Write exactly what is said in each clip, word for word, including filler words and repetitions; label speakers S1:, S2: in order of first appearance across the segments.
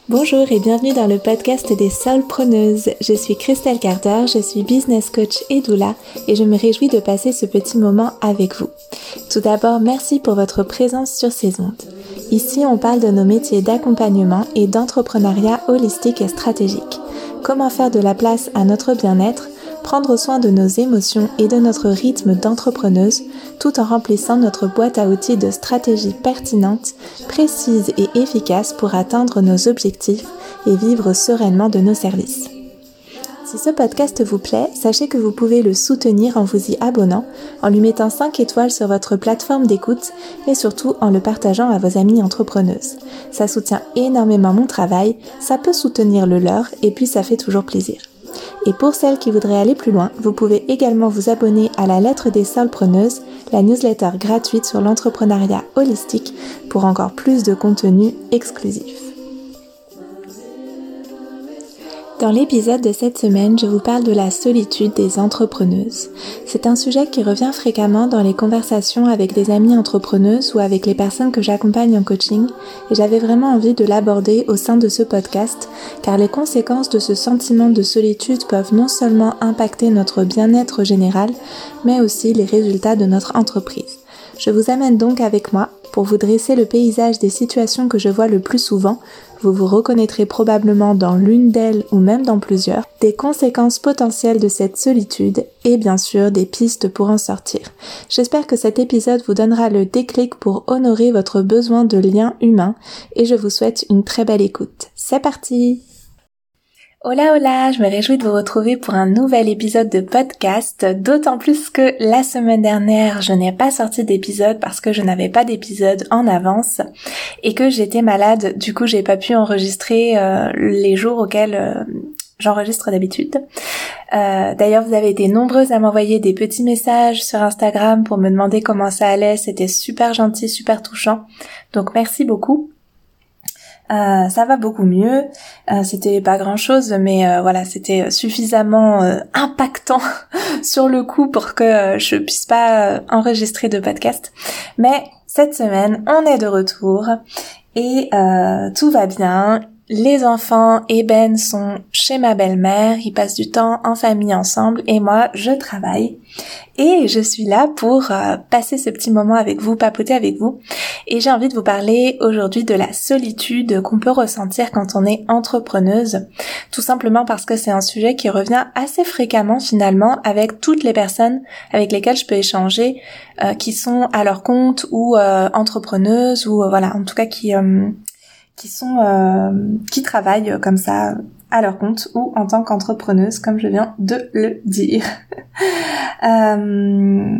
S1: Bonjour et bienvenue dans le podcast des Soulpreneuses. Je suis Christelle Carter, je suis business coach et doula et je me réjouis de passer ce petit moment avec vous. Tout d'abord, merci pour votre présence sur ces ondes. Ici, on parle de nos métiers d'accompagnement et d'entrepreneuriat holistique et stratégique. Comment faire de la place à notre bien-être, prendre soin de nos émotions et de notre rythme d'entrepreneuse, tout en remplissant notre boîte à outils de stratégies pertinentes, précises et efficaces pour atteindre nos objectifs et vivre sereinement de nos services. Si ce podcast vous plaît, sachez que vous pouvez le soutenir en vous y abonnant, en lui mettant cinq étoiles sur votre plateforme d'écoute et surtout en le partageant à vos amies entrepreneuses. Ça soutient énormément mon travail, ça peut soutenir le leur et puis ça fait toujours plaisir. Et pour celles qui voudraient aller plus loin, vous pouvez également vous abonner à la lettre des Soulpreneuses, la newsletter gratuite sur l'entrepreneuriat holistique pour encore plus de contenu exclusif. Dans l'épisode de cette semaine, je vous parle de la solitude des entrepreneuses. C'est un sujet qui revient fréquemment dans les conversations avec des amies entrepreneuses ou avec les personnes que j'accompagne en coaching et j'avais vraiment envie de l'aborder au sein de ce podcast car les conséquences de ce sentiment de solitude peuvent non seulement impacter notre bien-être général mais aussi les résultats de notre entreprise. Je vous amène donc avec moi pour vous dresser le paysage des situations que je vois le plus souvent. Vous vous reconnaîtrez probablement dans l'une d'elles ou même dans plusieurs, des conséquences potentielles de cette solitude et bien sûr des pistes pour en sortir. J'espère que cet épisode vous donnera le déclic pour honorer votre besoin de lien humain et je vous souhaite une très belle écoute. C'est parti! Hola hola, je me réjouis de vous retrouver pour un nouvel épisode de podcast, d'autant plus que la semaine dernière je n'ai pas sorti d'épisode parce que je n'avais pas d'épisode en avance et que j'étais malade, du coup j'ai pas pu enregistrer euh, les jours auxquels euh, j'enregistre d'habitude. Euh, d'ailleurs vous avez été nombreuses à m'envoyer des petits messages sur Instagram pour me demander comment ça allait, c'était super gentil, super touchant, donc merci beaucoup. Euh, ça va beaucoup mieux, euh, c'était pas grand chose mais euh, voilà c'était suffisamment euh, impactant sur le coup pour que euh, je puisse pas euh, enregistrer de podcast, mais cette semaine on est de retour et euh, tout va bien. Les enfants et Ben sont chez ma belle-mère, ils passent du temps en famille ensemble et moi je travaille et je suis là pour euh, passer ce petit moment avec vous, papoter avec vous et j'ai envie de vous parler aujourd'hui de la solitude qu'on peut ressentir quand on est entrepreneuse, tout simplement parce que c'est un sujet qui revient assez fréquemment finalement avec toutes les personnes avec lesquelles je peux échanger euh, qui sont à leur compte ou euh, entrepreneuses ou euh, voilà en tout cas qui... Euh, qui sont euh, qui travaillent comme ça à leur compte ou en tant qu'entrepreneuse comme je viens de le dire. euh...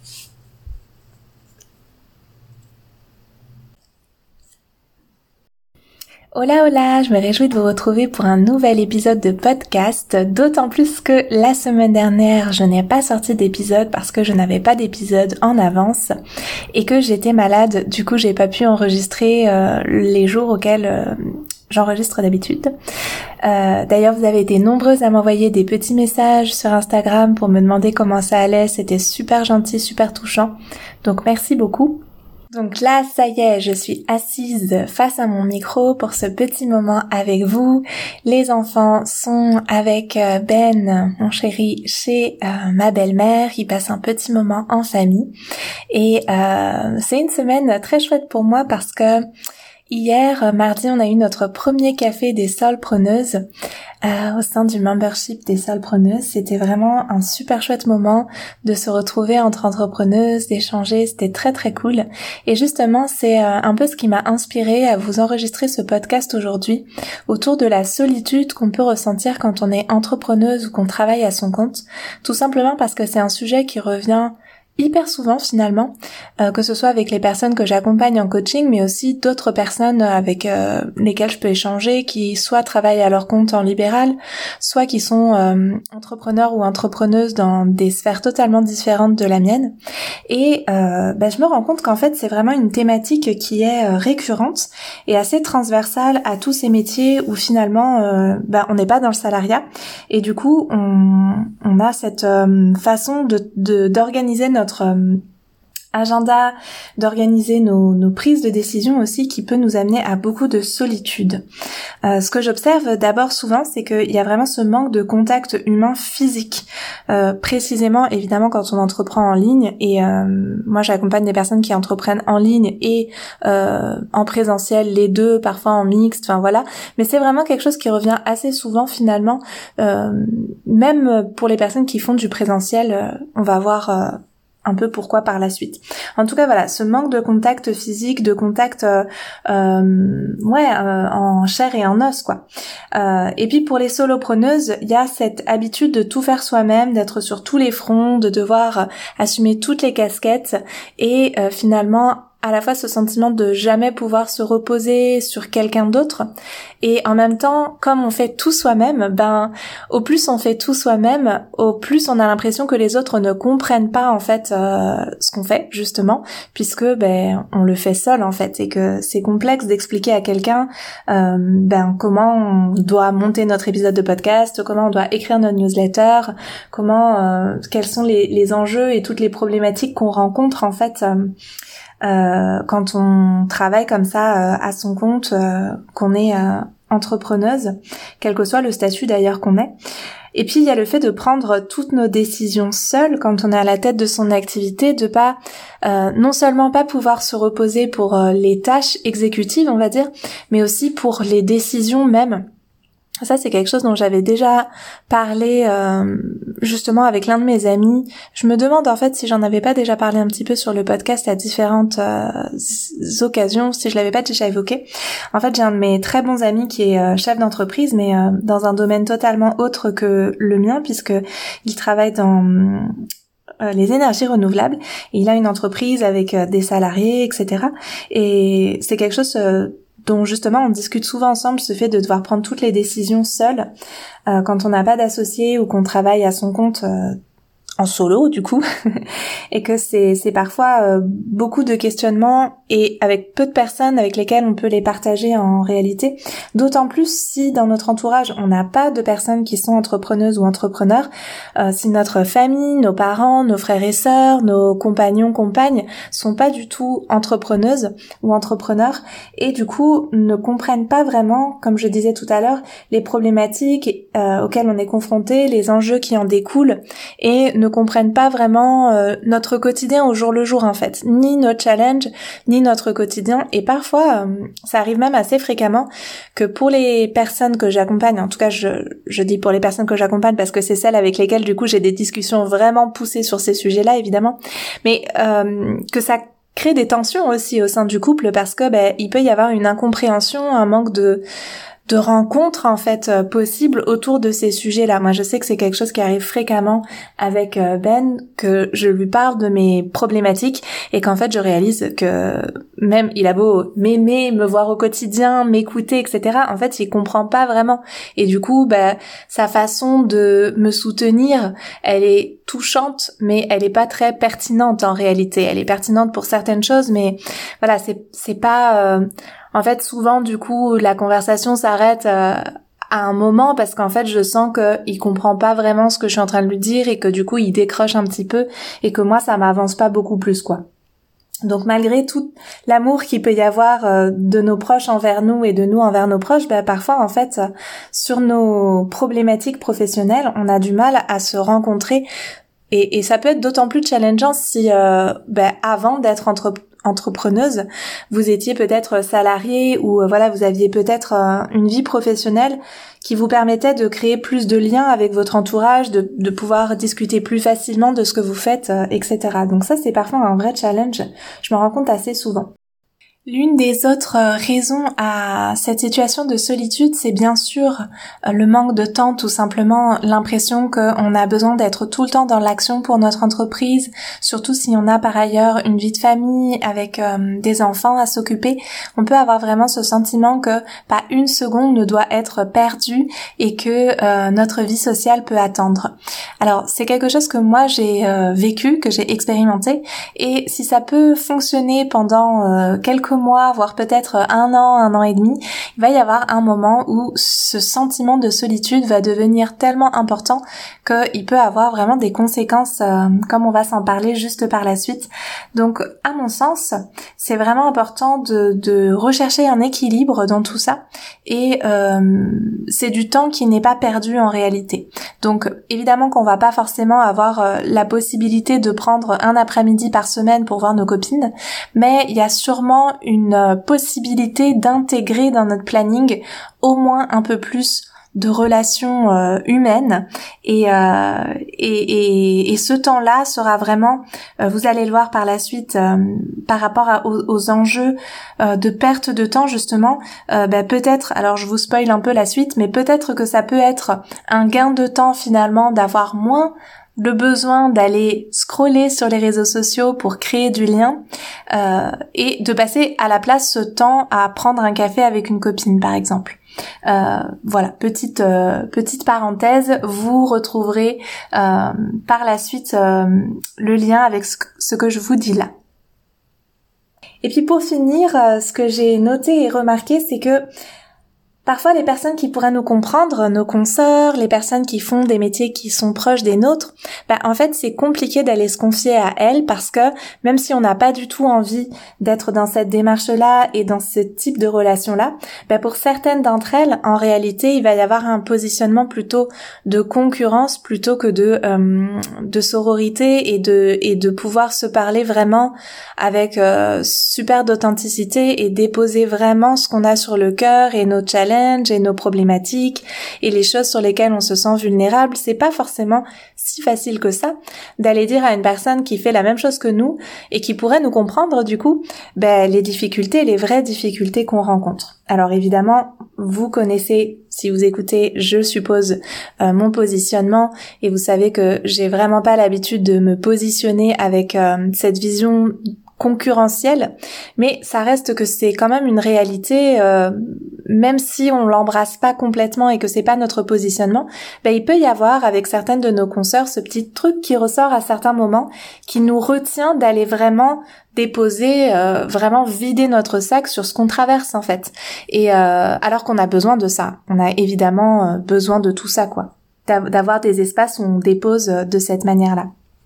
S1: Hola hola, je me réjouis de vous retrouver pour un nouvel épisode de podcast, d'autant plus que la semaine dernière je n'ai pas sorti d'épisode parce que je n'avais pas d'épisode en avance et que j'étais malade, du coup j'ai pas pu enregistrer euh, les jours auxquels euh, j'enregistre d'habitude. Euh, d'ailleurs vous avez été nombreuses à m'envoyer des petits messages sur Instagram pour me demander comment ça allait, c'était super gentil, super touchant, donc merci beaucoup. Donc là, ça y est, je suis assise face à mon micro pour ce petit moment avec vous. Les enfants sont avec Ben, mon chéri, chez euh, ma belle-mère. Ils passent un petit moment en famille. Et euh, c'est une semaine très chouette pour moi parce que hier, mardi, on a eu notre premier café des Soulpreneuses euh, au sein du membership des Soulpreneuses. C'était vraiment un super chouette moment de se retrouver entre entrepreneuses, d'échanger, c'était très très cool. Et justement, c'est euh, un peu ce qui m'a inspirée à vous enregistrer ce podcast aujourd'hui autour de la solitude qu'on peut ressentir quand on est entrepreneuse ou qu'on travaille à son compte. Tout simplement parce que c'est un sujet qui revient hyper souvent finalement, euh, que ce soit avec les personnes que j'accompagne en coaching, mais aussi d'autres personnes avec euh, lesquelles je peux échanger, qui soit travaillent à leur compte en libéral, soit qui sont euh, entrepreneurs ou entrepreneuses dans des sphères totalement différentes de la mienne. Et euh, bah, je me rends compte qu'en fait c'est vraiment une thématique qui est euh, récurrente et assez transversale à tous ces métiers où finalement euh, bah, on n'est pas dans le salariat et du coup on, on a cette euh, façon de, de d'organiser notre euh, agenda, d'organiser nos, nos prises de décision aussi, qui peut nous amener à beaucoup de solitude. Euh, ce que j'observe d'abord souvent, c'est qu'il y a vraiment ce manque de contact humain physique, euh, précisément évidemment quand on entreprend en ligne, et euh, moi j'accompagne des personnes qui entreprennent en ligne et euh, en présentiel, les deux, parfois en mixte, enfin voilà, mais c'est vraiment quelque chose qui revient assez souvent finalement, euh, même pour les personnes qui font du présentiel, euh, on va voir euh, un peu pourquoi par la suite. En tout cas, voilà, ce manque de contact physique, de contact, euh, euh, ouais, euh, en chair et en os, quoi. Euh, et puis pour les solopreneuses, il y a cette habitude de tout faire soi-même, d'être sur tous les fronts, de devoir assumer toutes les casquettes, et euh, finalement à la fois ce sentiment de jamais pouvoir se reposer sur quelqu'un d'autre, et en même temps, comme on fait tout soi-même, ben au plus on fait tout soi-même, au plus on a l'impression que les autres ne comprennent pas en fait euh, ce qu'on fait justement, puisque ben on le fait seul en fait, et que c'est complexe d'expliquer à quelqu'un euh, ben comment on doit monter notre épisode de podcast, comment on doit écrire notre newsletter, comment euh, quels sont les, les enjeux et toutes les problématiques qu'on rencontre en fait. Euh, Euh, quand on travaille comme ça euh, à son compte, euh, qu'on est euh, entrepreneuse, quel que soit le statut d'ailleurs qu'on ait. Et puis il y a le fait de prendre toutes nos décisions seules quand on est à la tête de son activité, de pas euh, non seulement pas pouvoir se reposer pour euh, les tâches exécutives, on va dire, mais aussi pour les décisions même. Ça, c'est quelque chose dont j'avais déjà parlé euh, justement avec l'un de mes amis. Je me demande en fait si j'en avais pas déjà parlé un petit peu sur le podcast à différentes euh, occasions, si je l'avais pas déjà évoqué. En fait, j'ai un de mes très bons amis qui est euh, chef d'entreprise, mais euh, dans un domaine totalement autre que le mien, puisque il travaille dans euh, les énergies renouvelables, et il a une entreprise avec euh, des salariés, et cetera. Et c'est quelque chose euh, dont justement on discute souvent ensemble, ce fait de devoir prendre toutes les décisions seul euh, quand on n'a pas d'associé ou qu'on travaille à son compte euh, en solo du coup et que c'est c'est parfois euh, beaucoup de questionnements et avec peu de personnes avec lesquelles on peut les partager en réalité, d'autant plus si dans notre entourage on n'a pas de personnes qui sont entrepreneuses ou entrepreneurs, euh, si notre famille, nos parents, nos frères et sœurs, nos compagnons, compagnes sont pas du tout entrepreneuses ou entrepreneurs, et du coup ne comprennent pas vraiment, comme je disais tout à l'heure, les problématiques euh, auxquelles on est confronté, les enjeux qui en découlent, et ne comprennent pas vraiment euh, notre quotidien au jour le jour en fait, ni nos challenges, ni notre quotidien. Et parfois, euh, ça arrive même assez fréquemment que pour les personnes que j'accompagne, en tout cas je, je dis pour les personnes que j'accompagne parce que c'est celles avec lesquelles du coup j'ai des discussions vraiment poussées sur ces sujets-là évidemment, mais euh, que ça crée des tensions aussi au sein du couple parce que ben, il peut y avoir une incompréhension, un manque de de rencontres en fait euh, possibles autour de ces sujets-là. Moi, je sais que c'est quelque chose qui arrive fréquemment avec euh, Ben, que je lui parle de mes problématiques et qu'en fait, je réalise que même il a beau m'aimer, me voir au quotidien, m'écouter, et cetera. En fait, il comprend pas vraiment. Et du coup, bah, sa façon de me soutenir, elle est touchante, mais elle est pas très pertinente en réalité. Elle est pertinente pour certaines choses, mais voilà, c'est c'est pas euh, en fait, souvent, du coup, la conversation s'arrête euh, à un moment parce qu'en fait, je sens qu'il comprend pas vraiment ce que je suis en train de lui dire et que du coup, il décroche un petit peu et que moi, ça m'avance pas beaucoup plus, quoi. Donc, malgré tout l'amour qu'il peut y avoir euh, de nos proches envers nous et de nous envers nos proches, bah, parfois, en fait, euh, sur nos problématiques professionnelles, on a du mal à se rencontrer. Et, et ça peut être d'autant plus challengeant si, euh, bah, avant d'être entre entrepreneuse, vous étiez peut-être salarié ou euh, voilà, vous aviez peut-être euh, une vie professionnelle qui vous permettait de créer plus de liens avec votre entourage, de, de pouvoir discuter plus facilement de ce que vous faites, euh, et cetera. Donc ça, c'est parfois un vrai challenge. Je me rends compte assez souvent. L'une des autres raisons à cette situation de solitude, c'est bien sûr le manque de temps, tout simplement l'impression qu'on a besoin d'être tout le temps dans l'action pour notre entreprise, surtout si on a par ailleurs une vie de famille avec euh, des enfants à s'occuper. On peut avoir vraiment ce sentiment que pas une seconde ne doit être perdue et que euh, notre vie sociale peut attendre. Alors c'est quelque chose que moi j'ai euh, vécu, que j'ai expérimenté, et si ça peut fonctionner pendant euh, quelques mois, voire peut-être un an, un an et demi, il va y avoir un moment où ce sentiment de solitude va devenir tellement important qu'il peut avoir vraiment des conséquences, euh, comme on va s'en parler juste par la suite. Donc, à mon sens, c'est vraiment important de, de rechercher un équilibre dans tout ça, et euh, c'est du temps qui n'est pas perdu en réalité. Donc, évidemment qu'on va pas forcément avoir euh, la possibilité de prendre un après-midi par semaine pour voir nos copines, mais il y a sûrement une euh, possibilité d'intégrer dans notre planning au moins un peu plus de relations euh, humaines, et, euh, et, et, et ce temps-là sera vraiment, euh, vous allez le voir par la suite, euh, par rapport à, aux, aux enjeux euh, de perte de temps justement, euh, bah, peut-être, alors je vous spoil un peu la suite, mais peut-être que ça peut être un gain de temps finalement d'avoir moins le besoin d'aller scroller sur les réseaux sociaux pour créer du lien, euh, et de passer à la place ce temps à prendre un café avec une copine par exemple. Euh, voilà, petite euh, petite parenthèse, vous retrouverez euh, par la suite euh, le lien avec ce que, ce que je vous dis là. Et puis pour finir, euh, ce que j'ai noté et remarqué, c'est que parfois, les personnes qui pourraient nous comprendre, nos consoeurs, les personnes qui font des métiers qui sont proches des nôtres, bah, en fait, c'est compliqué d'aller se confier à elles parce que même si on n'a pas du tout envie d'être dans cette démarche-là et dans ce type de relation-là, bah, pour certaines d'entre elles, en réalité, il va y avoir un positionnement plutôt de concurrence plutôt que de euh, de sororité et de et de pouvoir se parler vraiment avec euh, super d'authenticité et déposer vraiment ce qu'on a sur le cœur et nos challenges et nos problématiques et les choses sur lesquelles on se sent vulnérable. C'est pas forcément si facile que ça d'aller dire à une personne qui fait la même chose que nous et qui pourrait nous comprendre du coup ben, les difficultés, les vraies difficultés qu'on rencontre. Alors évidemment, vous connaissez, si vous écoutez, je suppose, euh, mon positionnement, et vous savez que j'ai vraiment pas l'habitude de me positionner avec euh, cette vision concurrentielle, mais ça reste que c'est quand même une réalité, euh, même si on l'embrasse pas complètement et que c'est pas notre positionnement, ben il peut y avoir avec certaines de nos consoeurs ce petit truc qui ressort à certains moments, qui nous retient d'aller vraiment déposer, euh, vraiment vider notre sac sur ce qu'on traverse en fait, et euh, alors qu'on a besoin de ça, on a évidemment euh, besoin de tout ça quoi, d'avoir des espaces où on dépose de cette manière-là.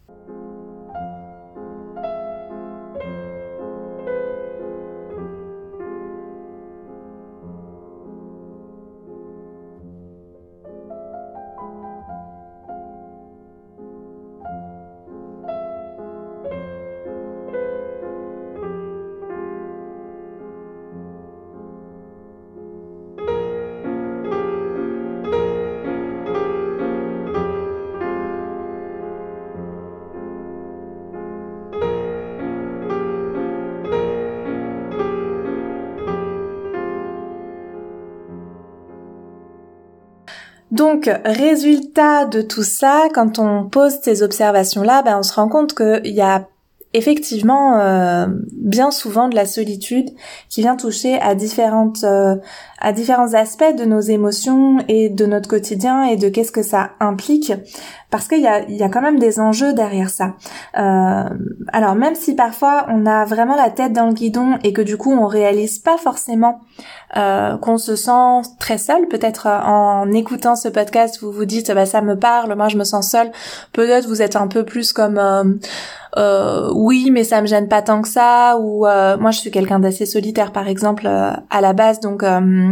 S1: Donc, résultat de tout ça, quand on pose ces observations-là, ben on se rend compte qu'il y a effectivement euh, bien souvent de la solitude qui vient toucher à différentes euh, à différents aspects de nos émotions et de notre quotidien et de qu'est-ce que ça implique, parce qu'il y a il y a quand même des enjeux derrière ça. Euh, alors même si parfois on a vraiment la tête dans le guidon et que du coup on réalise pas forcément euh, qu'on se sent très seul, peut-être euh, en écoutant ce podcast vous vous dites bah ça me parle, moi je me sens seule, peut-être vous êtes un peu plus comme euh, Euh, oui mais ça me gêne pas tant que ça, ou euh, moi je suis quelqu'un d'assez solitaire par exemple euh, à la base, donc euh,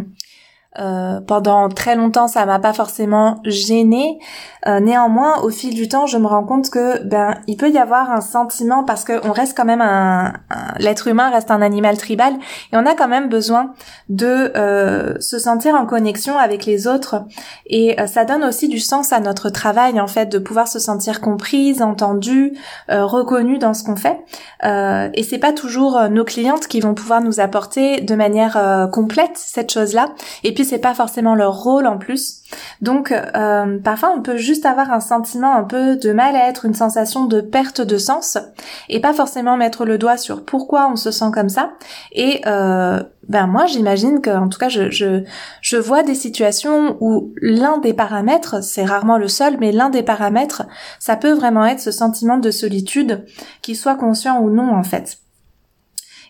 S1: euh, pendant très longtemps ça m'a pas forcément gênée. Euh, néanmoins au fil du temps je me rends compte que ben il peut y avoir un sentiment, parce que on reste quand même un, un l'être humain reste un animal tribal et on a quand même besoin de euh, se sentir en connexion avec les autres, et euh, ça donne aussi du sens à notre travail en fait, de pouvoir se sentir comprise, entendue, euh, reconnue dans ce qu'on fait, euh, et c'est pas toujours euh, nos clientes qui vont pouvoir nous apporter de manière euh, complète cette chose-là, et puis c'est pas forcément leur rôle en plus. Donc euh, parfois on peut juste avoir un sentiment un peu de mal-être, une sensation de perte de sens, et pas forcément mettre le doigt sur pourquoi on se sent comme ça. Et euh, ben moi j'imagine que, en tout cas je, je, je vois des situations où l'un des paramètres, c'est rarement le seul, mais l'un des paramètres, ça peut vraiment être ce sentiment de solitude, qu'il soit conscient ou non en fait.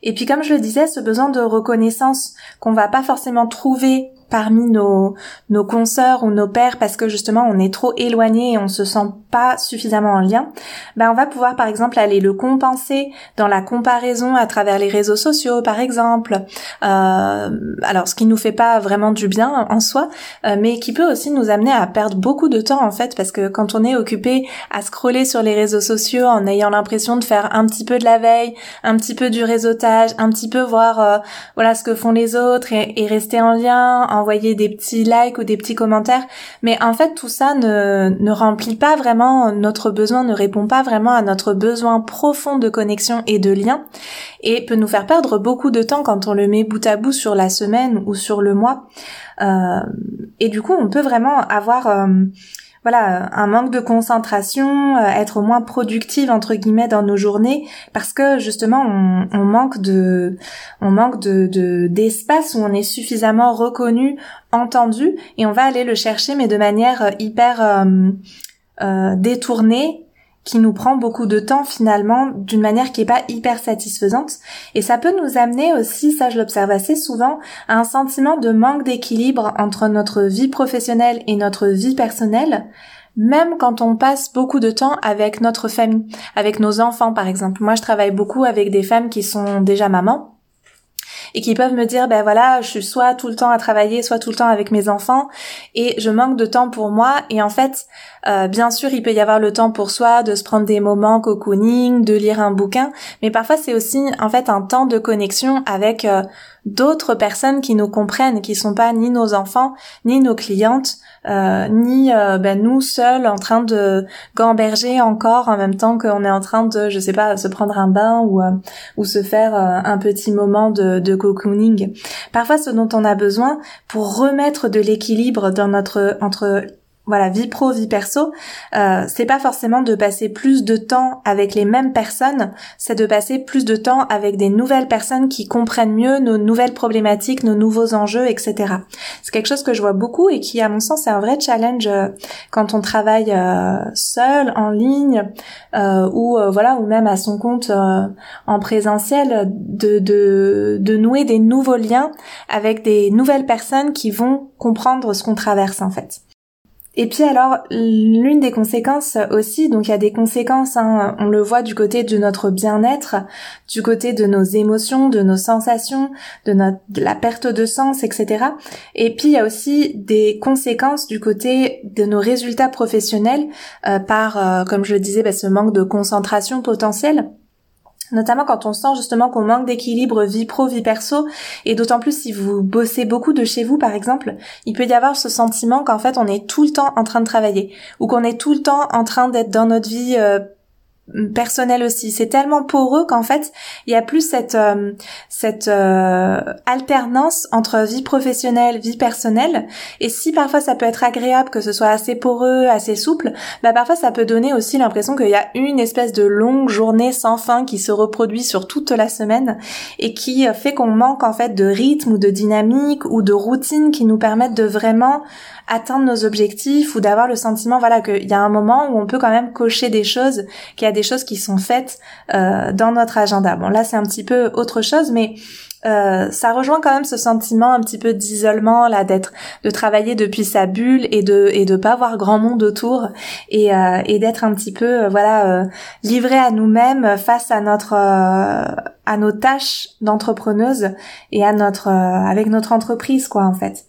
S1: Et puis comme je le disais, ce besoin de reconnaissance qu'on va pas forcément trouver parmi nos nos consoeurs ou nos pairs parce que justement on est trop éloigné et on se sent pas suffisamment en lien, ben on va pouvoir par exemple aller le compenser dans la comparaison à travers les réseaux sociaux par exemple. Euh, alors ce qui nous fait pas vraiment du bien en soi, euh, mais qui peut aussi nous amener à perdre beaucoup de temps en fait, parce que quand on est occupé à scroller sur les réseaux sociaux en ayant l'impression de faire un petit peu de la veille, un petit peu du réseautage, un petit peu voir euh, voilà ce que font les autres et, et rester en lien, envoyer des petits likes ou des petits commentaires, mais en fait tout ça ne, ne remplit pas vraiment notre besoin, ne répond pas vraiment à notre besoin profond de connexion et de lien, et peut nous faire perdre beaucoup de temps quand on le met bout à bout sur la semaine ou sur le mois. Euh, et du coup on peut vraiment avoir euh, voilà, un manque de concentration, euh, être moins productive entre guillemets dans nos journées, parce que justement on, on manque de, on manque de, de d'espace où on est suffisamment reconnu, entendu, et on va aller le chercher mais de manière hyper euh, euh, détournée, qui nous prend beaucoup de temps finalement, d'une manière qui est pas hyper satisfaisante. Et ça peut nous amener aussi, ça je l'observe assez souvent, à un sentiment de manque d'équilibre entre notre vie professionnelle et notre vie personnelle, même quand on passe beaucoup de temps avec notre famille, avec nos enfants par exemple. Moi je travaille beaucoup avec des femmes qui sont déjà mamans, et qui peuvent me dire, ben voilà, je suis soit tout le temps à travailler, soit tout le temps avec mes enfants, et je manque de temps pour moi. Et en fait, euh, bien sûr, il peut y avoir le temps pour soi, de se prendre des moments cocooning, de lire un bouquin, mais parfois c'est aussi en fait un temps de connexion avec euh, d'autres personnes qui nous comprennent, qui sont pas ni nos enfants, ni nos clientes, euh, ni euh, ben nous seuls en train de gamberger encore en même temps qu'on est en train de, je sais pas, se prendre un bain ou euh, ou se faire euh, un petit moment de, de cocooning. Parfois, ce dont on a besoin pour remettre de l'équilibre dans notre entre voilà, vie pro, vie perso, euh, c'est pas forcément de passer plus de temps avec les mêmes personnes, c'est de passer plus de temps avec des nouvelles personnes qui comprennent mieux nos nouvelles problématiques, nos nouveaux enjeux, et cetera. C'est quelque chose que je vois beaucoup et qui, à mon sens, est un vrai challenge euh, quand on travaille euh, seul, en ligne, euh, ou euh, voilà, ou même à son compte euh, en présentiel, de, de, de nouer des nouveaux liens avec des nouvelles personnes qui vont comprendre ce qu'on traverse en fait. Et puis alors, l'une des conséquences aussi, donc il y a des conséquences, hein, on le voit du côté de notre bien-être, du côté de nos émotions, de nos sensations, de, notre, de la perte de sens, et cetera. Et puis il y a aussi des conséquences du côté de nos résultats professionnels euh, par, euh, comme je le disais, bah, ce manque de concentration potentielle. Notamment quand on sent justement qu'on manque d'équilibre vie pro, vie perso, et d'autant plus si vous bossez beaucoup de chez vous par exemple, il peut y avoir ce sentiment qu'en fait on est tout le temps en train de travailler, ou qu'on est tout le temps en train d'être dans notre vie euh, personnel aussi. C'est tellement poreux qu'en fait il y a plus cette euh, cette euh, alternance entre vie professionnelle, vie personnelle, et si parfois ça peut être agréable que ce soit assez poreux, assez souple, bah parfois ça peut donner aussi l'impression qu'il y a une espèce de longue journée sans fin qui se reproduit sur toute la semaine et qui fait qu'on manque en fait de rythme ou de dynamique ou de routine qui nous permettent de vraiment atteindre nos objectifs, ou d'avoir le sentiment voilà qu'il y a un moment où on peut quand même cocher des choses, qu'il y a des choses qui sont faites euh, dans notre agenda. Bon là c'est un petit peu autre chose, mais euh, ça rejoint quand même ce sentiment un petit peu d'isolement là, d'être, de travailler depuis sa bulle et de et de pas voir grand monde autour, et euh, et d'être un petit peu euh, voilà euh, livré à nous-mêmes face à notre euh, à nos tâches d'entrepreneuse et à notre euh, avec notre entreprise quoi en fait.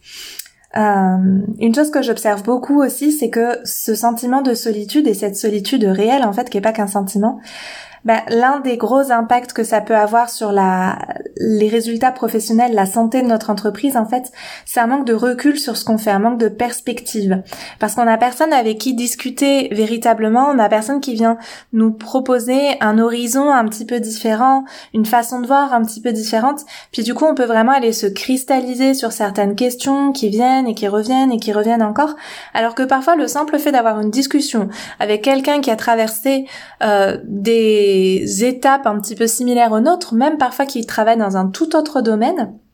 S1: Euh, une chose que j'observe beaucoup aussi, c'est que ce sentiment de solitude et cette solitude réelle en fait, qui est pas qu'un sentiment, bah, l'un des gros impacts que ça peut avoir sur la, les résultats professionnels, la santé de notre entreprise, en fait, c'est un manque de recul sur ce qu'on fait, un manque de perspective. Parce qu'on a personne avec qui discuter véritablement, on a personne qui vient nous proposer un horizon un petit peu différent, une façon de voir un petit peu différente. Puis du coup, on peut vraiment aller se cristalliser sur certaines questions qui viennent et qui reviennent et qui reviennent encore. Alors que parfois, le simple fait d'avoir une discussion avec quelqu'un qui a traversé euh, des étapes un petit peu similaires aux nôtres, même parfois qui travaillent dans un tout autre domaine,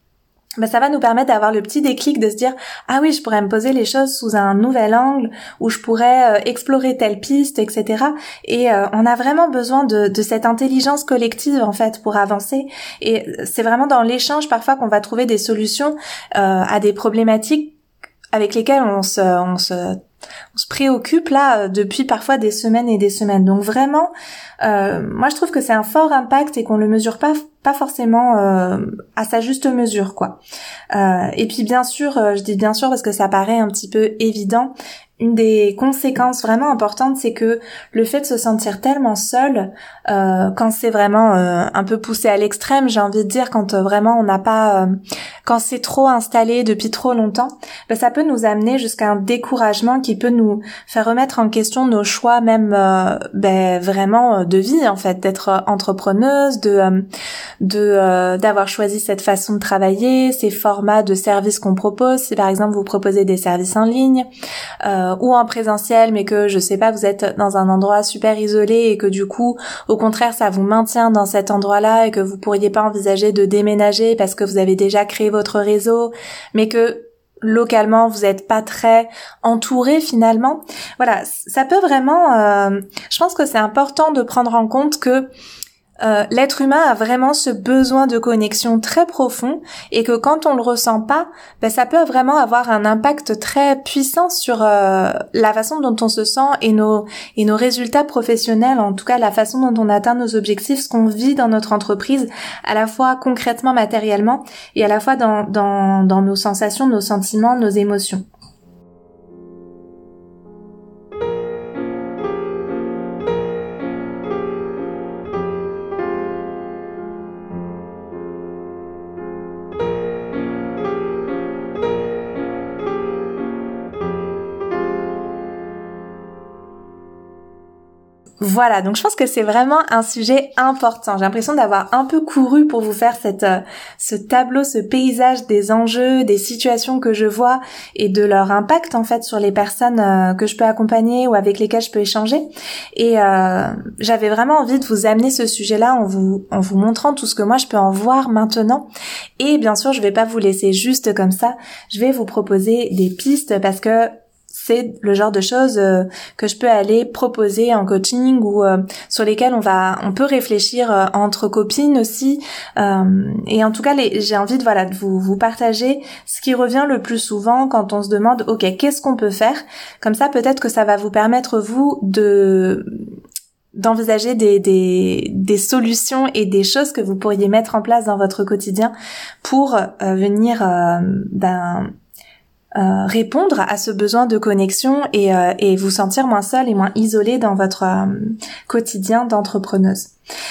S1: ben ça va nous permettre d'avoir le petit déclic de se dire ah oui, je pourrais me poser les choses sous un nouvel angle, ou je pourrais euh, explorer telle piste, et cetera. Et euh, on a vraiment besoin de, de cette intelligence collective en fait pour avancer. Et c'est vraiment dans l'échange parfois qu'on va trouver des solutions euh, à des problématiques avec lesquelles on se, on se on se préoccupe là depuis parfois des semaines et des semaines. Donc vraiment, euh, moi je trouve que c'est un fort impact et qu'on le mesure pas pas forcément euh, à sa juste mesure, quoi. Euh, et puis bien sûr, euh, je dis bien sûr parce que ça paraît un petit peu évident, une des conséquences vraiment importantes, c'est que le fait de se sentir tellement seul, euh, quand c'est vraiment euh, un peu poussé à l'extrême, j'ai envie de dire, quand euh, vraiment on n'a pas, euh, quand c'est trop installé depuis trop longtemps, ben, ça peut nous amener jusqu'à un découragement qui peut nous faire remettre en question nos choix, même euh, ben, vraiment euh, de vie en fait, d'être entrepreneuse, de euh, de euh, d'avoir choisi cette façon de travailler, ces formats de services qu'on propose. Si par exemple vous proposez des services en ligne euh, ou en présentiel, mais que je sais pas, vous êtes dans un endroit super isolé et que du coup au contraire ça vous maintient dans cet endroit-là et que vous pourriez pas envisager de déménager parce que vous avez déjà créé votre réseau, mais que localement vous êtes pas très entouré finalement. Voilà, ça peut vraiment euh, je pense que c'est important de prendre en compte que Euh, l'être humain a vraiment ce besoin de connexion très profond et que quand on le ressent pas, ben ça peut vraiment avoir un impact très puissant sur euh, la façon dont on se sent et nos et nos résultats professionnels, en tout cas la façon dont on atteint nos objectifs, ce qu'on vit dans notre entreprise, à la fois concrètement, matériellement, et à la fois dans dans dans nos sensations, nos sentiments, nos émotions. Voilà, donc je pense que c'est vraiment un sujet important. J'ai l'impression d'avoir un peu couru pour vous faire cette, euh, ce tableau, ce paysage des enjeux, des situations que je vois et de leur impact en fait sur les personnes euh, que je peux accompagner ou avec lesquelles je peux échanger. Et euh, j'avais vraiment envie de vous amener ce sujet-là en vous en vous montrant tout ce que moi je peux en voir maintenant. Et bien sûr, je vais pas vous laisser juste comme ça. Je vais vous proposer des pistes parce que c'est le genre de choses euh, que je peux aller proposer en coaching ou euh, sur lesquelles on va, on peut réfléchir euh, entre copines aussi. Euh, et en tout cas, les, j'ai envie de voilà de vous vous partager ce qui revient le plus souvent quand on se demande, ok, qu'est-ce qu'on peut faire ? Comme ça, peut-être que ça va vous permettre vous de d'envisager des des des solutions et des choses que vous pourriez mettre en place dans votre quotidien pour euh, venir euh, ben Euh, répondre à ce besoin de connexion et, euh, et vous sentir moins seul et moins isolé dans votre euh, quotidien d'entrepreneuse.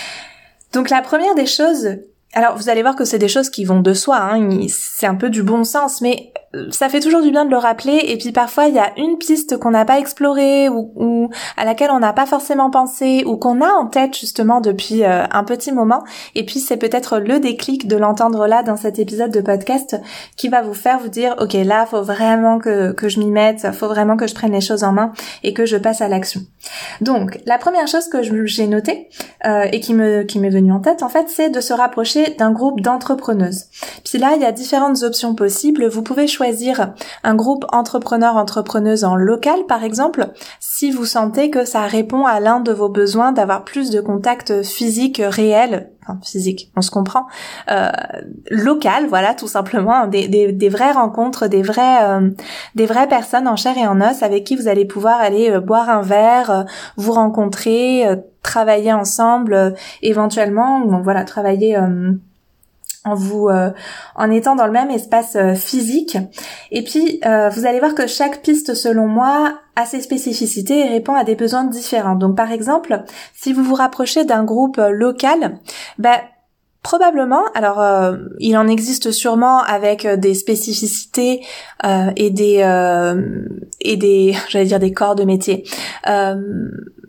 S1: Donc la première des choses, alors vous allez voir que c'est des choses qui vont de soi, hein, c'est un peu du bon sens, mais ça fait toujours du bien de le rappeler. Et puis parfois il y a une piste qu'on n'a pas explorée ou, ou à laquelle on n'a pas forcément pensé ou qu'on a en tête justement depuis euh, un petit moment, et puis c'est peut-être le déclic de l'entendre là dans cet épisode de podcast qui va vous faire vous dire ok, là faut vraiment que, que je m'y mette, faut vraiment que je prenne les choses en main et que je passe à l'action. Donc la première chose que je, j'ai notée euh, et qui me qui m'est venue en tête en fait, c'est de se rapprocher d'un groupe d'entrepreneuses. Puis là il y a différentes options possibles. Vous pouvez choisir un groupe entrepreneur-entrepreneuse en local par exemple, si vous sentez que ça répond à l'un de vos besoins d'avoir plus de contacts physiques réels, enfin physiques, on se comprend, euh, local, voilà, tout simplement, des, des, des vraies rencontres, des vraies, euh, des vraies personnes en chair et en os avec qui vous allez pouvoir aller euh, boire un verre, euh, vous rencontrer, euh, travailler ensemble, euh, éventuellement, bon, voilà, travailler euh, en vous euh, en étant dans le même espace euh, physique. Et puis euh, vous allez voir que chaque piste, selon moi, a ses spécificités et répond à des besoins différents. Donc par exemple, si vous vous rapprochez d'un groupe euh, local, ben probablement, alors euh, il en existe sûrement avec euh, des spécificités euh, et des euh, et des j'allais dire des corps de métier. Euh,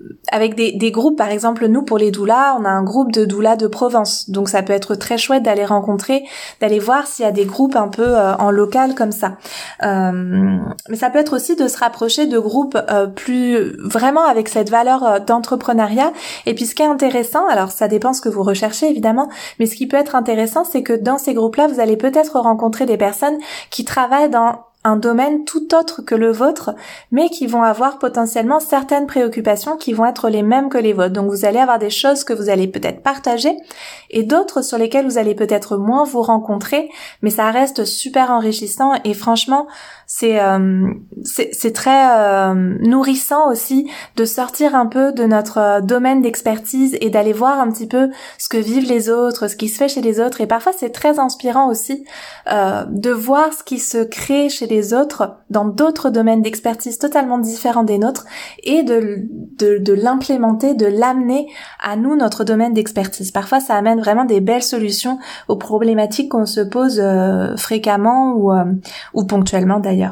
S1: avec des, des groupes, par exemple nous pour les doulas, on a un groupe de doulas de Provence, donc ça peut être très chouette d'aller rencontrer, d'aller voir s'il y a des groupes un peu euh, en local comme ça. Euh, mais ça peut être aussi de se rapprocher de groupes euh, plus vraiment avec cette valeur euh, d'entrepreneuriat. Et puis ce qui est intéressant, alors ça dépend ce que vous recherchez évidemment, mais ce qui peut être intéressant, c'est que dans ces groupes-là, vous allez peut-être rencontrer des personnes qui travaillent dans un domaine tout autre que le vôtre, mais qui vont avoir potentiellement certaines préoccupations qui vont être les mêmes que les vôtres. Donc vous allez avoir des choses que vous allez peut-être partager et d'autres sur lesquelles vous allez peut-être moins vous rencontrer, mais ça reste super enrichissant et franchement, c'est euh, c'est, c'est très euh, nourrissant aussi de sortir un peu de notre euh, domaine d'expertise et d'aller voir un petit peu ce que vivent les autres, ce qui se fait chez les autres. Et parfois c'est très inspirant aussi euh, de voir ce qui se crée chez les autres dans d'autres domaines d'expertise totalement différents des nôtres et de, de, de l'implémenter, de l'amener à nous, notre domaine d'expertise. Parfois ça amène vraiment des belles solutions aux problématiques qu'on se pose euh, fréquemment ou, euh, ou ponctuellement d'ailleurs.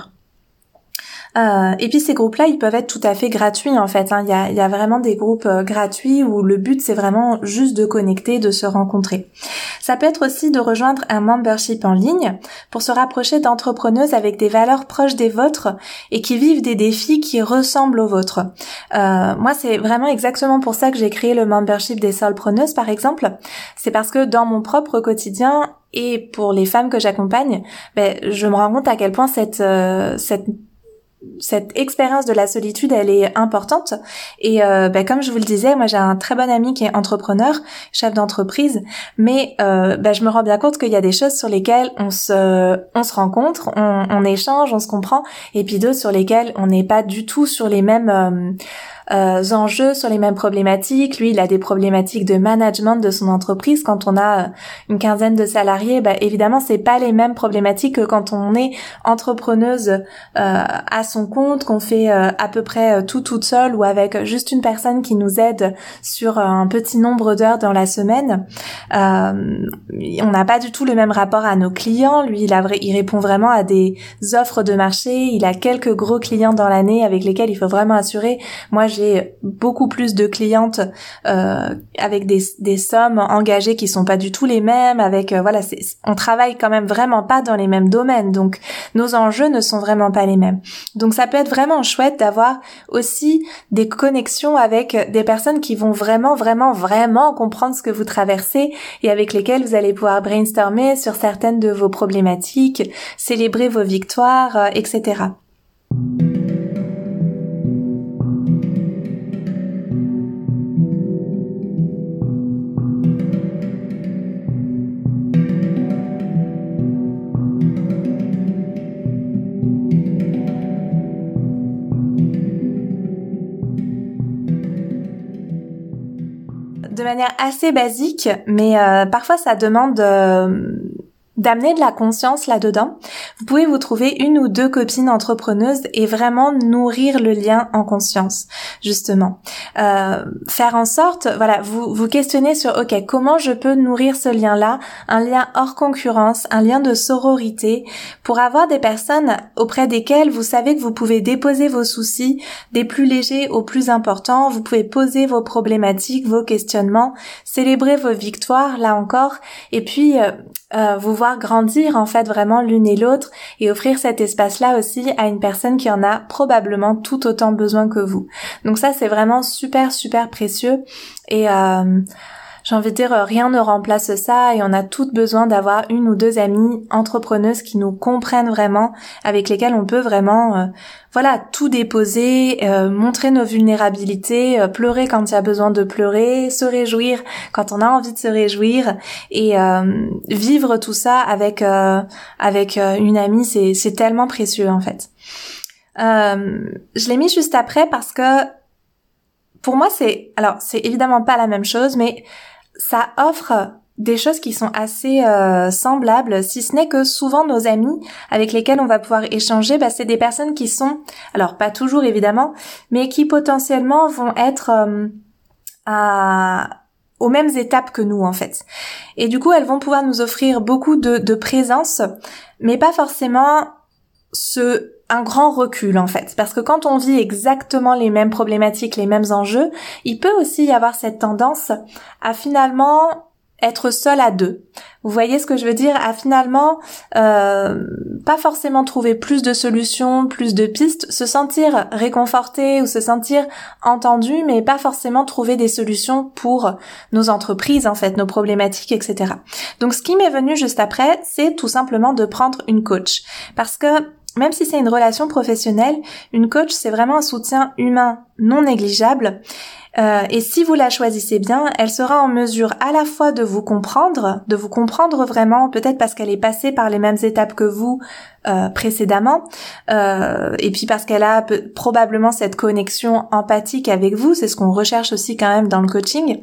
S1: Euh, et puis ces groupes-là, ils peuvent être tout à fait gratuits en fait. Hein. Il y a, il y a vraiment des groupes euh, gratuits où le but c'est vraiment juste de connecter, de se rencontrer. Ça peut être aussi de rejoindre un membership en ligne pour se rapprocher d'entrepreneuses avec des valeurs proches des vôtres et qui vivent des défis qui ressemblent aux vôtres. Euh, moi, c'est vraiment exactement pour ça que j'ai créé le membership des solopreneuses par exemple. C'est parce que dans mon propre quotidien et pour les femmes que j'accompagne, ben, je me rends compte à quel point cette euh, cette cette expérience de la solitude, elle est importante. Et euh, ben, comme je vous le disais, moi j'ai un très bon ami qui est entrepreneur, chef d'entreprise, mais euh, ben, je me rends bien compte qu'il y a des choses sur lesquelles on se on se rencontre, on, on échange, on se comprend, et puis d'autres sur lesquelles on n'est pas du tout sur les mêmes euh, Euh, enjeux, sur les mêmes problématiques. Lui, il a des problématiques de management de son entreprise. Quand on a euh, une quinzaine de salariés, bah, évidemment, c'est pas les mêmes problématiques que quand on est entrepreneuse euh, à son compte, qu'on fait euh, à peu près euh, tout toute seule ou avec juste une personne qui nous aide sur euh, un petit nombre d'heures dans la semaine. Euh, on n'a pas du tout le même rapport à nos clients. Lui, il, a, il répond vraiment à des offres de marché. Il a quelques gros clients dans l'année avec lesquels il faut vraiment assurer. Moi, j'ai J'ai beaucoup plus de clientes euh, avec des, des sommes engagées qui sont pas du tout les mêmes. Avec euh, voilà, c'est, on travaille quand même vraiment pas dans les mêmes domaines, donc nos enjeux ne sont vraiment pas les mêmes. Donc ça peut être vraiment chouette d'avoir aussi des connexions avec des personnes qui vont vraiment, vraiment, vraiment comprendre ce que vous traversez et avec lesquelles vous allez pouvoir brainstormer sur certaines de vos problématiques, célébrer vos victoires, euh, et cetera. De manière assez basique, mais euh, parfois ça demande euh, d'amener de la conscience là-dedans. Vous pouvez vous trouver une ou deux copines entrepreneuses et vraiment nourrir le lien en conscience, justement. Euh, faire en sorte, voilà, vous vous questionnez sur, ok, comment je peux nourrir ce lien-là, un lien hors concurrence, un lien de sororité, pour avoir des personnes auprès desquelles vous savez que vous pouvez déposer vos soucis, des plus légers aux plus importants, vous pouvez poser vos problématiques, vos questionnements, célébrer vos victoires, là encore, et puis euh, euh, vous voir grandir en fait vraiment l'une et l'autre et offrir cet espace-là aussi à une personne qui en a probablement tout autant besoin que vous. Donc ça, c'est vraiment super, super précieux et euh, j'ai envie de dire, rien ne remplace ça et on a toutes besoin d'avoir une ou deux amies entrepreneuses qui nous comprennent vraiment, avec lesquelles on peut vraiment euh, voilà, tout déposer, euh, montrer nos vulnérabilités, euh, pleurer quand il y a besoin de pleurer, se réjouir quand on a envie de se réjouir et euh, vivre tout ça avec euh, avec euh, une amie, c'est c'est tellement précieux en fait. Euh, je l'ai mis juste après parce que pour moi c'est alors c'est évidemment pas la même chose, mais ça offre des choses qui sont assez euh, semblables, si ce n'est que souvent nos amis avec lesquels on va pouvoir échanger, bah, c'est des personnes qui sont, alors pas toujours évidemment, mais qui potentiellement vont être euh, à aux mêmes étapes que nous en fait. Et du coup, elles vont pouvoir nous offrir beaucoup de, de présence, mais pas forcément ce un grand recul en fait, parce que quand on vit exactement les mêmes problématiques, les mêmes enjeux, il peut aussi y avoir cette tendance à finalement être seul à deux. Vous voyez ce que je veux dire? À finalement euh, pas forcément trouver plus de solutions, plus de pistes, se sentir réconforté ou se sentir entendu, mais pas forcément trouver des solutions pour nos entreprises, en fait, nos problématiques, et cetera. Donc ce qui m'est venu juste après, c'est tout simplement de prendre une coach. Parce que même si c'est une relation professionnelle, une coach, c'est vraiment un soutien humain non négligeable. Euh, et si vous la choisissez bien, elle sera en mesure à la fois de vous comprendre, de vous comprendre vraiment, peut-être parce qu'elle est passée par les mêmes étapes que vous euh, précédemment, euh, et puis parce qu'elle a peu, probablement cette connexion empathique avec vous, c'est ce qu'on recherche aussi quand même dans le coaching.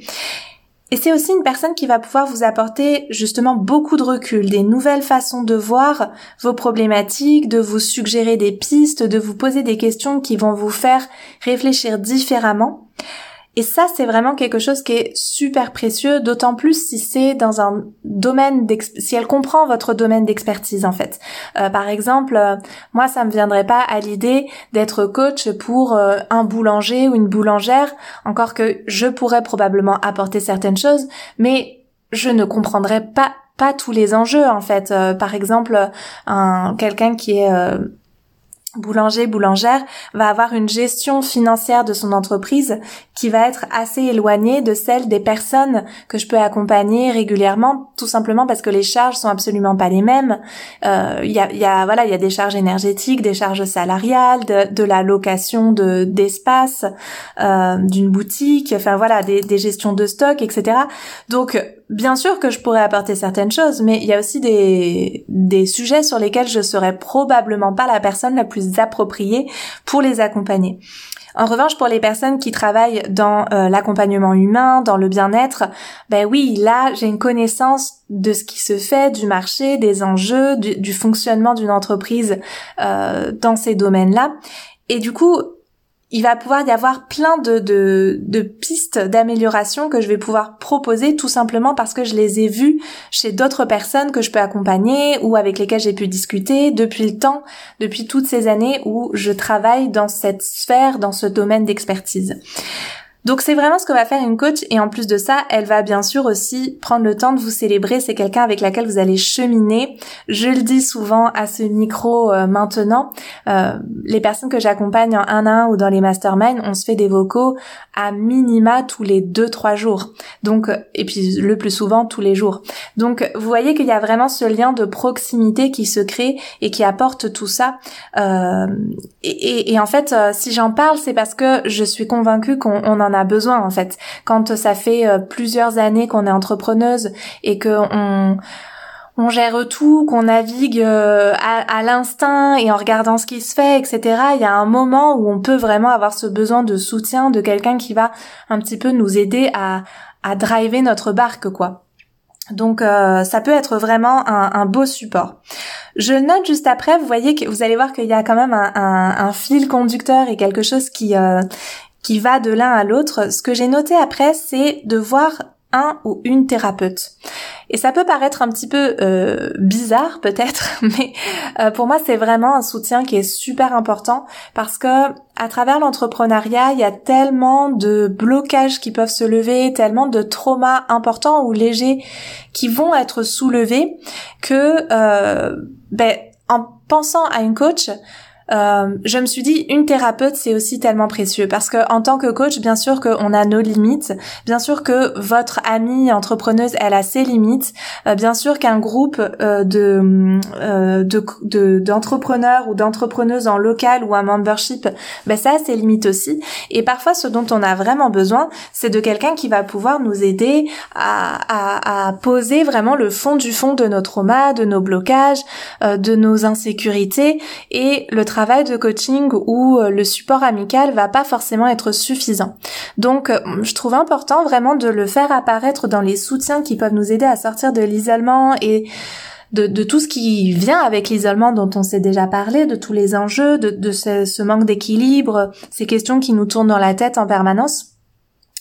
S1: Et c'est aussi une personne qui va pouvoir vous apporter justement beaucoup de recul, des nouvelles façons de voir vos problématiques, de vous suggérer des pistes, de vous poser des questions qui vont vous faire réfléchir différemment. Et ça, c'est vraiment quelque chose qui est super précieux, d'autant plus si c'est dans un domaine d'ex- si elle comprend votre domaine d'expertise en fait. Euh, par exemple, euh, moi, ça me viendrait pas à l'idée d'être coach pour euh, un boulanger ou une boulangère, encore que je pourrais probablement apporter certaines choses, mais je ne comprendrais pas pas tous les enjeux en fait. Euh, par exemple, un quelqu'un qui est euh, boulanger, boulangère, va avoir une gestion financière de son entreprise qui va être assez éloignée de celle des personnes que je peux accompagner régulièrement, tout simplement parce que les charges sont absolument pas les mêmes. Euh, il y a, il y a, voilà, il y a des charges énergétiques, des charges salariales, de, de la location de d'espace, euh, d'une boutique, enfin voilà, des, des gestions de stock, et cetera. Donc bien sûr que je pourrais apporter certaines choses, mais il y a aussi des des sujets sur lesquels je serais probablement pas la personne la plus appropriée pour les accompagner. En revanche, pour les personnes qui travaillent dans euh, l'accompagnement humain, dans le bien-être, ben oui, là, j'ai une connaissance de ce qui se fait, du marché, des enjeux, du, du fonctionnement d'une entreprise euh, dans ces domaines-là. Et du coup, il va pouvoir y avoir plein de, de, de pistes d'amélioration que je vais pouvoir proposer tout simplement parce que je les ai vues chez d'autres personnes que je peux accompagner ou avec lesquelles j'ai pu discuter depuis le temps, depuis toutes ces années où je travaille dans cette sphère, dans ce domaine d'expertise. Donc c'est vraiment ce que va faire une coach et en plus de ça, elle va bien sûr aussi prendre le temps de vous célébrer. C'est quelqu'un avec laquelle vous allez cheminer. Je le dis souvent à ce micro euh, maintenant, euh, les personnes que j'accompagne en un à un ou dans les masterminds, on se fait des vocaux à minima tous les deux trois jours. Donc et puis le plus souvent tous les jours. Donc vous voyez qu'il y a vraiment ce lien de proximité qui se crée et qui apporte tout ça. Euh, et, et, et en fait, euh, si j'en parle, c'est parce que je suis convaincue qu'on on en a besoin en fait. Quand ça fait euh, plusieurs années qu'on est entrepreneuse et que on on gère tout, qu'on navigue euh, à, à l'instinct et en regardant ce qui se fait, et cetera. Il y a un moment où on peut vraiment avoir ce besoin de soutien de quelqu'un qui va un petit peu nous aider à à driver notre barque, quoi. Donc euh, ça peut être vraiment un, un beau support. Je note juste après, vous voyez que vous allez voir qu'il y a quand même un, un, un fil conducteur et quelque chose qui euh, qui va de l'un à l'autre. Ce que j'ai noté après, c'est de voir un ou une thérapeute. Et ça peut paraître un petit peu euh, bizarre peut-être, mais euh, pour moi c'est vraiment un soutien qui est super important parce que à travers l'entrepreneuriat, il y a tellement de blocages qui peuvent se lever, tellement de traumas importants ou légers qui vont être soulevés que euh, ben en pensant à une coach, Euh, je me suis dit une thérapeute c'est aussi tellement précieux parce que en tant que coach bien sûr qu'on a nos limites, bien sûr que votre amie entrepreneuse elle a ses limites, euh, bien sûr qu'un groupe euh, de, euh, de de d'entrepreneurs ou d'entrepreneuses en local ou un membership, ben ça a ses limites aussi et parfois ce dont on a vraiment besoin c'est de quelqu'un qui va pouvoir nous aider à, à, à poser vraiment le fond du fond de nos traumas, de nos blocages, euh, de nos insécurités et le travail de coaching ou le support amical va pas forcément être suffisant. Donc je trouve important vraiment de le faire apparaître dans les soutiens qui peuvent nous aider à sortir de l'isolement et de, de tout ce qui vient avec l'isolement dont on s'est déjà parlé, de tous les enjeux, de, de ce, ce manque d'équilibre, ces questions qui nous tournent dans la tête en permanence.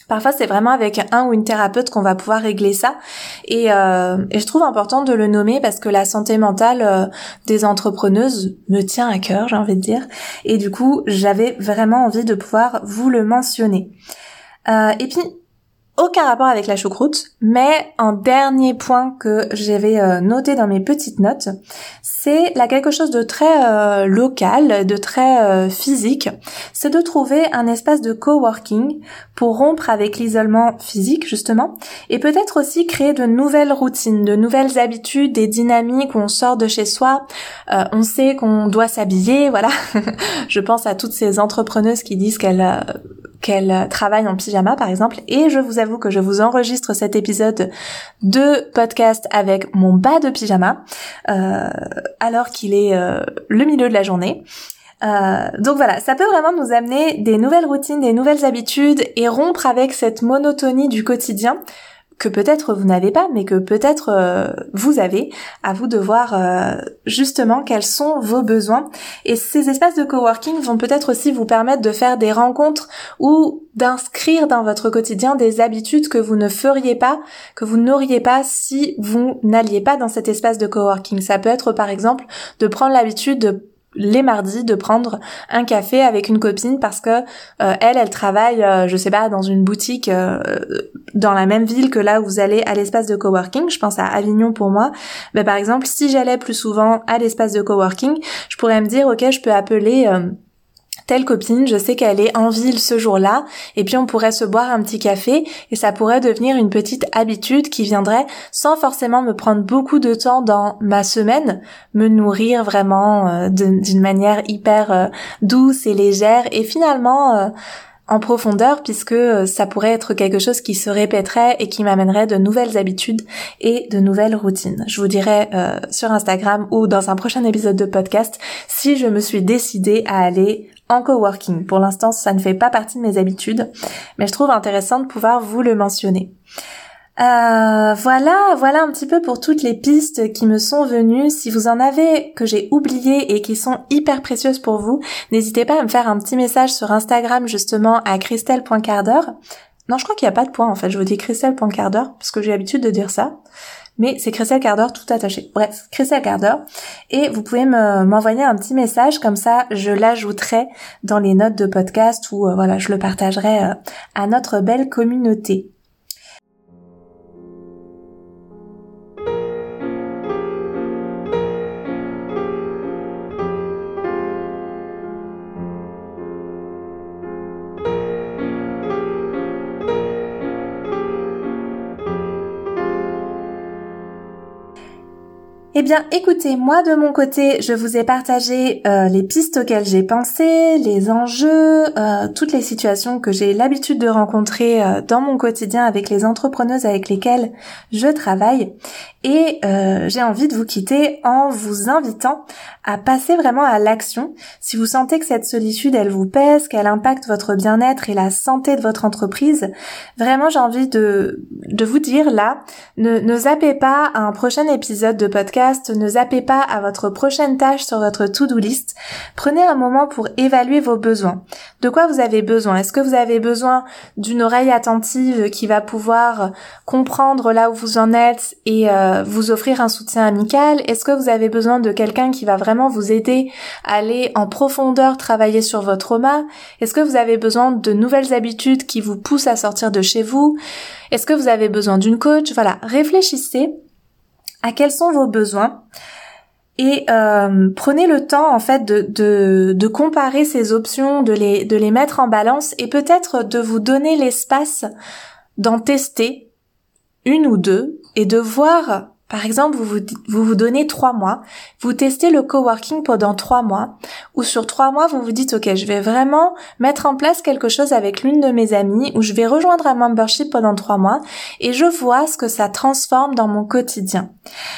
S1: Parfois, c'est vraiment avec un ou une thérapeute qu'on va pouvoir régler ça. Et, euh, et je trouve important de le nommer parce que la santé mentale euh, des entrepreneuses me tient à cœur, j'ai envie de dire. Et du coup, j'avais vraiment envie de pouvoir vous le mentionner. Euh, et puis, aucun rapport avec la choucroute, mais un dernier point que j'avais euh, noté dans mes petites notes, c'est là quelque chose de très euh, local, de très euh, physique, c'est de trouver un espace de coworking pour rompre avec l'isolement physique justement, et peut-être aussi créer de nouvelles routines, de nouvelles habitudes, des dynamiques où on sort de chez soi, euh, on sait qu'on doit s'habiller, voilà. Je pense à toutes ces entrepreneuses qui disent qu'elles euh, qu'elles travaillent en pyjama par exemple, et je vous avoue que je vous enregistre cet épisode de podcast avec mon bas de pyjama euh, alors qu'il est euh, le milieu de la journée. Euh, donc voilà, ça peut vraiment nous amener des nouvelles routines, des nouvelles habitudes et rompre avec cette monotonie du quotidien que peut-être vous n'avez pas, mais que peut-être euh, vous avez, à vous de voir euh, justement quels sont vos besoins. Et ces espaces de coworking vont peut-être aussi vous permettre de faire des rencontres ou d'inscrire dans votre quotidien des habitudes que vous ne feriez pas, que vous n'auriez pas si vous n'alliez pas dans cet espace de coworking. Ça peut être par exemple de prendre l'habitude de les mardis de prendre un café avec une copine parce que euh, elle elle travaille euh, je sais pas dans une boutique euh, dans la même ville que là où vous allez à l'espace de coworking. Je pense à Avignon pour moi. Mais par exemple, si j'allais plus souvent à l'espace de coworking, je pourrais me dire OK, je peux appeler euh, telle copine, je sais qu'elle est en ville ce jour-là, et puis on pourrait se boire un petit café, et ça pourrait devenir une petite habitude qui viendrait sans forcément me prendre beaucoup de temps dans ma semaine, me nourrir vraiment euh, d'une manière hyper euh, douce et légère, et finalement euh, en profondeur, puisque ça pourrait être quelque chose qui se répéterait et qui m'amènerait de nouvelles habitudes et de nouvelles routines. Je vous dirai euh, sur Instagram ou dans un prochain épisode de podcast si je me suis décidée à aller en coworking. Pour l'instant, ça ne fait pas partie de mes habitudes, mais je trouve intéressant de pouvoir vous le mentionner. Euh, voilà, voilà un petit peu pour toutes les pistes qui me sont venues. Si vous en avez que j'ai oubliées et qui sont hyper précieuses pour vous, n'hésitez pas à me faire un petit message sur Instagram justement à christelle point quart d'heure. Non, je crois qu'il n'y a pas de point en fait, je vous dis christelle point quart d'heure parce que j'ai l'habitude de dire ça. Mais c'est Christelle quart d'heure tout attaché. Bref, Christelle quart d'heure. Et vous pouvez me, m'envoyer un petit message, comme ça je l'ajouterai dans les notes de podcast ou euh, voilà, je le partagerai euh, à notre belle communauté. Eh bien, écoutez, moi de mon côté, je vous ai partagé euh, les pistes auxquelles j'ai pensé, les enjeux, euh, toutes les situations que j'ai l'habitude de rencontrer euh, dans mon quotidien avec les entrepreneuses avec lesquelles je travaille. Et euh, j'ai envie de vous quitter en vous invitant à passer vraiment à l'action. Si vous sentez que cette solitude, elle vous pèse, qu'elle impacte votre bien-être et la santé de votre entreprise, vraiment j'ai envie de, de vous dire là, ne, ne zappez pas à un prochain épisode de podcast, ne zappez pas à votre prochaine tâche sur votre to-do list. Prenez un moment pour évaluer vos besoins. De quoi vous avez besoin? Est-ce que vous avez besoin d'une oreille attentive qui va pouvoir comprendre là où vous en êtes et euh, vous offrir un soutien amical? Est-ce que vous avez besoin de quelqu'un qui va vraiment vous aider à aller en profondeur travailler sur votre trauma? Est-ce que vous avez besoin de nouvelles habitudes qui vous poussent à sortir de chez vous? Est-ce que vous avez besoin d'une coach? Voilà, réfléchissez à quels sont vos besoins et euh, prenez le temps en fait de, de, de comparer ces options, de les, de les mettre en balance et peut-être de vous donner l'espace d'en tester une ou deux et de voir, par exemple, vous vous, vous vous donnez trois mois, vous testez le coworking pendant trois mois, ou sur trois mois, vous vous dites, ok, je vais vraiment mettre en place quelque chose avec l'une de mes amies, ou je vais rejoindre un membership pendant trois mois, et je vois ce que ça transforme dans mon quotidien.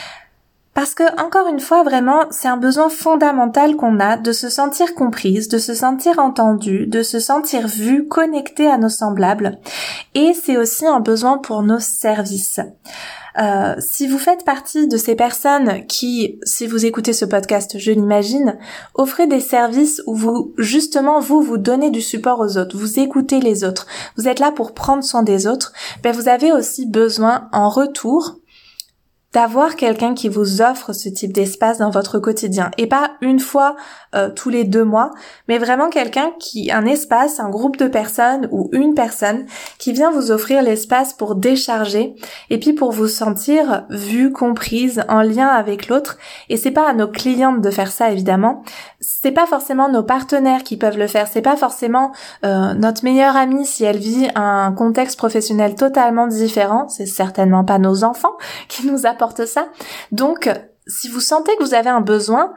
S1: Parce que, encore une fois, vraiment, c'est un besoin fondamental qu'on a de se sentir comprise, de se sentir entendue, de se sentir vue, connectée à nos semblables. Et c'est aussi un besoin pour nos services. Euh, si vous faites partie de ces personnes qui, si vous écoutez ce podcast, je l'imagine, offrez des services où vous, justement, vous, vous donnez du support aux autres, vous écoutez les autres, vous êtes là pour prendre soin des autres, ben vous avez aussi besoin, en retour, d'avoir quelqu'un qui vous offre ce type d'espace dans votre quotidien. Et pas une fois euh, tous les deux mois, mais vraiment quelqu'un qui, un espace, un groupe de personnes ou une personne qui vient vous offrir l'espace pour décharger et puis pour vous sentir vue, comprise, en lien avec l'autre. Et c'est pas à nos clientes de faire ça, évidemment. C'est pas forcément nos partenaires qui peuvent le faire. C'est pas forcément euh, notre meilleure amie si elle vit un contexte professionnel totalement différent. C'est certainement pas nos enfants qui nous apportent ça. Donc, si vous sentez que vous avez un besoin,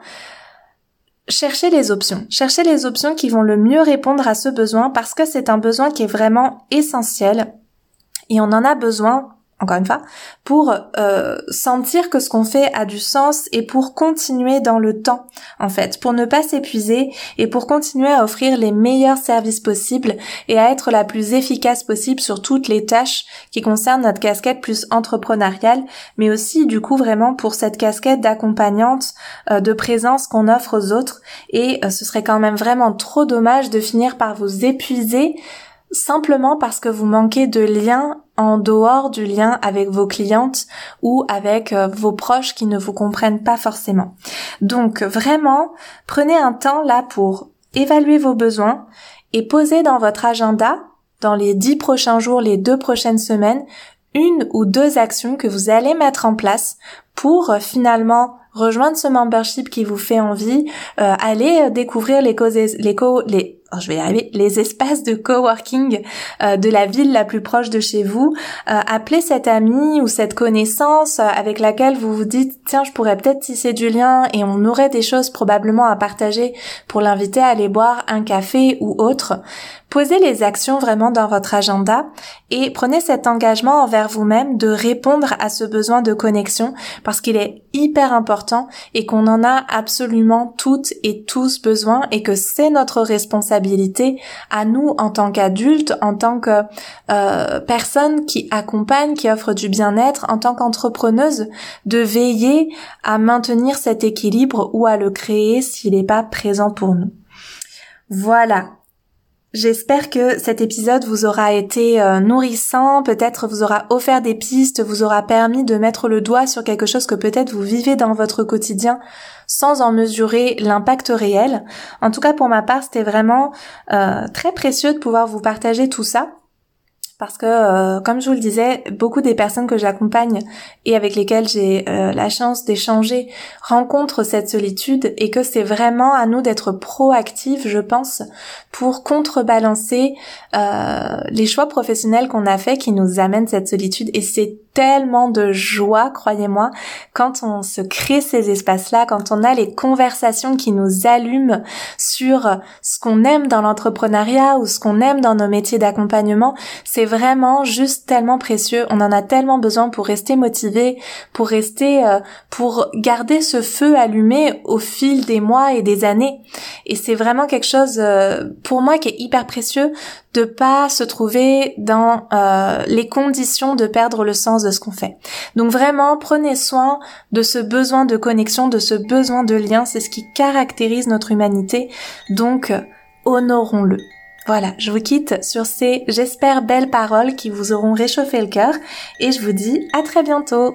S1: cherchez les options. Cherchez les options qui vont le mieux répondre à ce besoin parce que c'est un besoin qui est vraiment essentiel et on en a besoin, encore une fois, pour euh, sentir que ce qu'on fait a du sens et pour continuer dans le temps, en fait, pour ne pas s'épuiser et pour continuer à offrir les meilleurs services possibles et à être la plus efficace possible sur toutes les tâches qui concernent notre casquette plus entrepreneuriale, mais aussi, du coup, vraiment pour cette casquette d'accompagnante, euh, de présence qu'on offre aux autres. Et euh, ce serait quand même vraiment trop dommage de finir par vous épuiser simplement parce que vous manquez de lien en dehors du lien avec vos clientes ou avec euh, vos proches qui ne vous comprennent pas forcément. Donc vraiment, prenez un temps là pour évaluer vos besoins et posez dans votre agenda, dans les dix prochains jours, les deux prochaines semaines, une ou deux actions que vous allez mettre en place pour euh, finalement rejoindre ce membership qui vous fait envie, euh, aller euh, découvrir les, causes, les, co- les Oh, je vais y arriver, les espaces de coworking euh, de la ville la plus proche de chez vous. Euh, appelez cette amie ou cette connaissance euh, avec laquelle vous vous dites « Tiens, je pourrais peut-être tisser du lien et on aurait des choses probablement à partager pour l'inviter à aller boire un café ou autre ». Posez les actions vraiment dans votre agenda et prenez cet engagement envers vous-même de répondre à ce besoin de connexion parce qu'il est hyper important et qu'on en a absolument toutes et tous besoin et que c'est notre responsabilité à nous en tant qu'adultes, en tant que euh, personnes qui accompagnent, qui offrent du bien-être, en tant qu'entrepreneuse, de veiller à maintenir cet équilibre ou à le créer s'il n'est pas présent pour nous. Voilà. J'espère que cet épisode vous aura été euh, nourrissant, peut-être vous aura offert des pistes, vous aura permis de mettre le doigt sur quelque chose que peut-être vous vivez dans votre quotidien sans en mesurer l'impact réel. En tout cas, pour ma part, c'était vraiment euh, très précieux de pouvoir vous partager tout ça. Parce que, euh, comme je vous le disais, beaucoup des personnes que j'accompagne et avec lesquelles j'ai euh, la chance d'échanger rencontrent cette solitude et que c'est vraiment à nous d'être proactifs, je pense, pour contrebalancer euh, les choix professionnels qu'on a faits qui nous amènent cette solitude. Et c'est tellement de joie, croyez-moi, quand on se crée ces espaces-là, quand on a les conversations qui nous allument sur ce qu'on aime dans l'entrepreneuriat ou ce qu'on aime dans nos métiers d'accompagnement. C'est vraiment juste tellement précieux. On en a tellement besoin pour rester motivé, pour rester, euh, pour garder ce feu allumé au fil des mois et des années. Et c'est vraiment quelque chose, euh, pour moi, qui est hyper précieux de pas se trouver dans euh, les conditions de perdre le sens de ce qu'on fait. Donc vraiment, prenez soin de ce besoin de connexion, de ce besoin de lien. C'est ce qui caractérise notre humanité. Donc, honorons-le. Voilà, je vous quitte sur ces, j'espère, belles paroles qui vous auront réchauffé le cœur et je vous dis à très bientôt.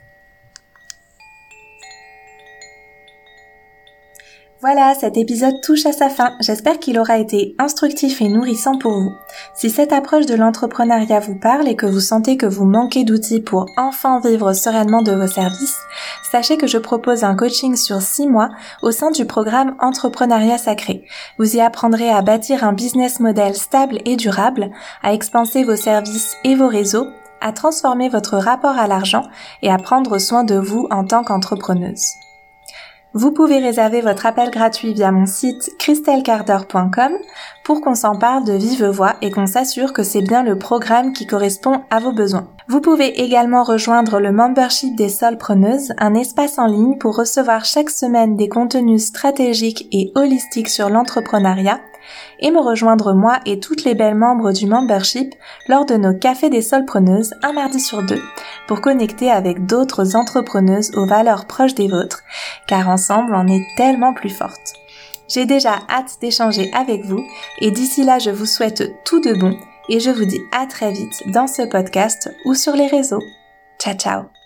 S1: Voilà, cet épisode touche à sa fin. J'espère qu'il aura été instructif et nourrissant pour vous. Si cette approche de l'entrepreneuriat vous parle et que vous sentez que vous manquez d'outils pour enfin vivre sereinement de vos services, sachez que je propose un coaching sur six mois au sein du programme Entrepreneuriat Sacré. Vous y apprendrez à bâtir un business model stable et durable, à expanser vos services et vos réseaux, à transformer votre rapport à l'argent et à prendre soin de vous en tant qu'entrepreneuse. Vous pouvez réserver votre appel gratuit via mon site christelle carder point com pour qu'on s'en parle de vive voix et qu'on s'assure que c'est bien le programme qui correspond à vos besoins. Vous pouvez également rejoindre le membership des Solpreneuses, un espace en ligne pour recevoir chaque semaine des contenus stratégiques et holistiques sur l'entrepreneuriat, et me rejoindre moi et toutes les belles membres du membership lors de nos cafés des solopreneuses un mardi sur deux pour connecter avec d'autres entrepreneuses aux valeurs proches des vôtres, car ensemble on est tellement plus fortes. J'ai déjà hâte d'échanger avec vous et d'ici là je vous souhaite tout de bon et je vous dis à très vite dans ce podcast ou sur les réseaux. Ciao ciao!